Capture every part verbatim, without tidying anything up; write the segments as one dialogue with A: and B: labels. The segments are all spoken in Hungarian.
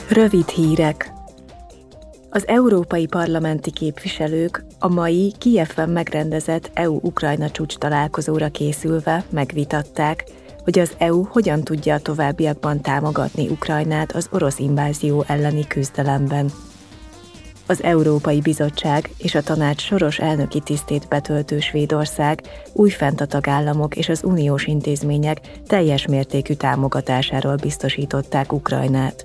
A: Rövid hírek. Az európai parlamenti képviselők a mai Kijevben megrendezett é u-Ukrajna csúcs találkozóra készülve megvitatták, hogy az é u hogyan tudja a továbbiakban támogatni Ukrajnát az orosz invázió elleni küzdelemben. Az Európai Bizottság és a Tanács soros elnöki tisztét betöltő Svédország újfent a tagállamok és az uniós intézmények teljes mértékű támogatásáról biztosították Ukrajnát.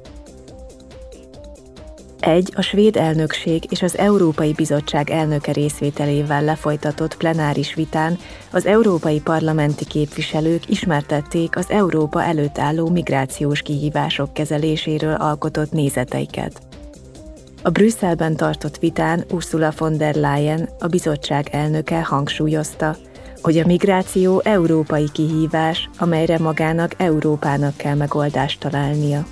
A: Egy a svéd elnökség és az Európai Bizottság elnöke részvételével lefolytatott plenáris vitán az európai parlamenti képviselők ismertették az Európa előtt álló migrációs kihívások kezeléséről alkotott nézeteiket. A Brüsszelben tartott vitán Ursula von der Leyen, a bizottság elnöke hangsúlyozta, hogy a migráció európai kihívás, amelyre magának Európának kell megoldást találnia.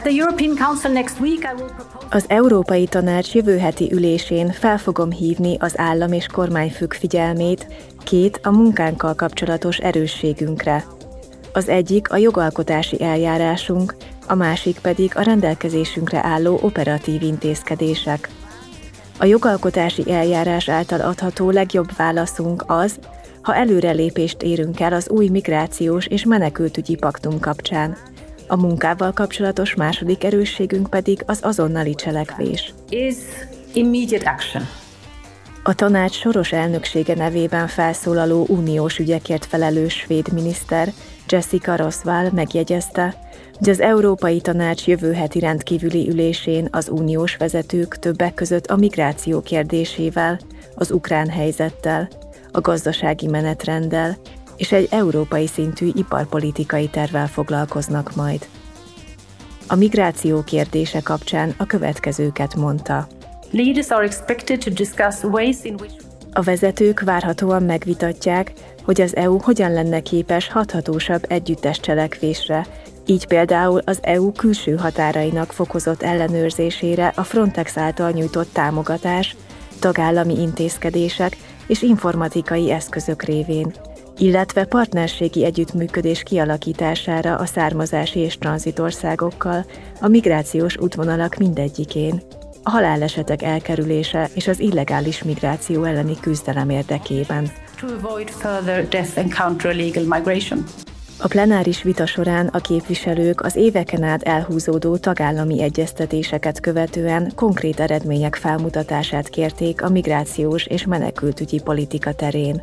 A: Az Európai Tanács jövő heti ülésén fel fogom hívni az állam és kormányfők figyelmét két a munkánkkal kapcsolatos erősségünkre. Az egyik a jogalkotási eljárásunk, a másik pedig a rendelkezésünkre álló operatív intézkedések. A jogalkotási eljárás által adható legjobb válaszunk az, ha előrelépést érünk el az új migrációs és menekültügyi paktum kapcsán. A munkával kapcsolatos második erősségünk pedig az azonnali cselekvés.
B: Is immediate action.
A: A tanács soros elnöksége nevében felszólaló uniós ügyekért felelős svéd miniszter Jessica Roswall megjegyezte, hogy az Európai Tanács jövő heti rendkívüli ülésén az uniós vezetők többek között a migráció kérdésével, az ukrán helyzettel, a gazdasági menetrenddel és egy európai szintű iparpolitikai tervvel foglalkoznak majd. A migráció kérdése kapcsán a következőket mondta.
B: Leaders are expected to discuss ways in which
A: A vezetők várhatóan megvitatják, hogy az é u hogyan lenne képes hathatósabb együttes cselekvésre, így például az é u külső határainak fokozott ellenőrzésére a Frontex által nyújtott támogatás, tagállami intézkedések és informatikai eszközök révén, illetve partnerségi együttműködés kialakítására a származási és tranzitországokkal, a migrációs útvonalak mindegyikén, a halálesetek elkerülése és az illegális migráció elleni küzdelem érdekében.
B: to avoid further death and counter illegal migration.
A: A plenáris vita során a képviselők az éveken át elhúzódó tagállami egyeztetéseket követően konkrét eredmények felmutatását kérték a migrációs és menekültügyi politika terén.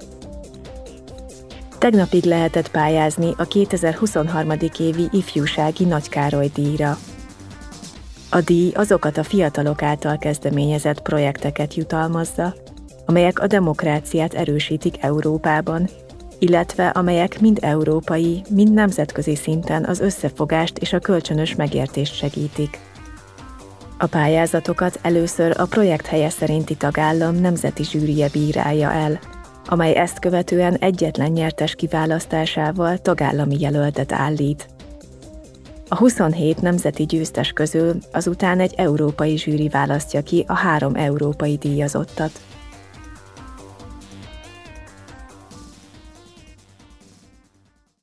A: Tegnapig lehetett pályázni a kétezer-huszonhárom. évi ifjúsági Nagy Károly díjra. A díj azokat a fiatalok által kezdeményezett projekteket jutalmazza, amelyek a demokráciát erősítik Európában, illetve amelyek mind európai, mind nemzetközi szinten az összefogást és a kölcsönös megértést segítik. A pályázatokat először a projekt helye szerinti tagállam nemzeti zsűrije bírálja el, amely ezt követően egyetlen nyertes kiválasztásával tagállami jelöltet állít. A huszonhét nemzeti győztes közül azután egy európai zsűri választja ki a három európai díjazottat.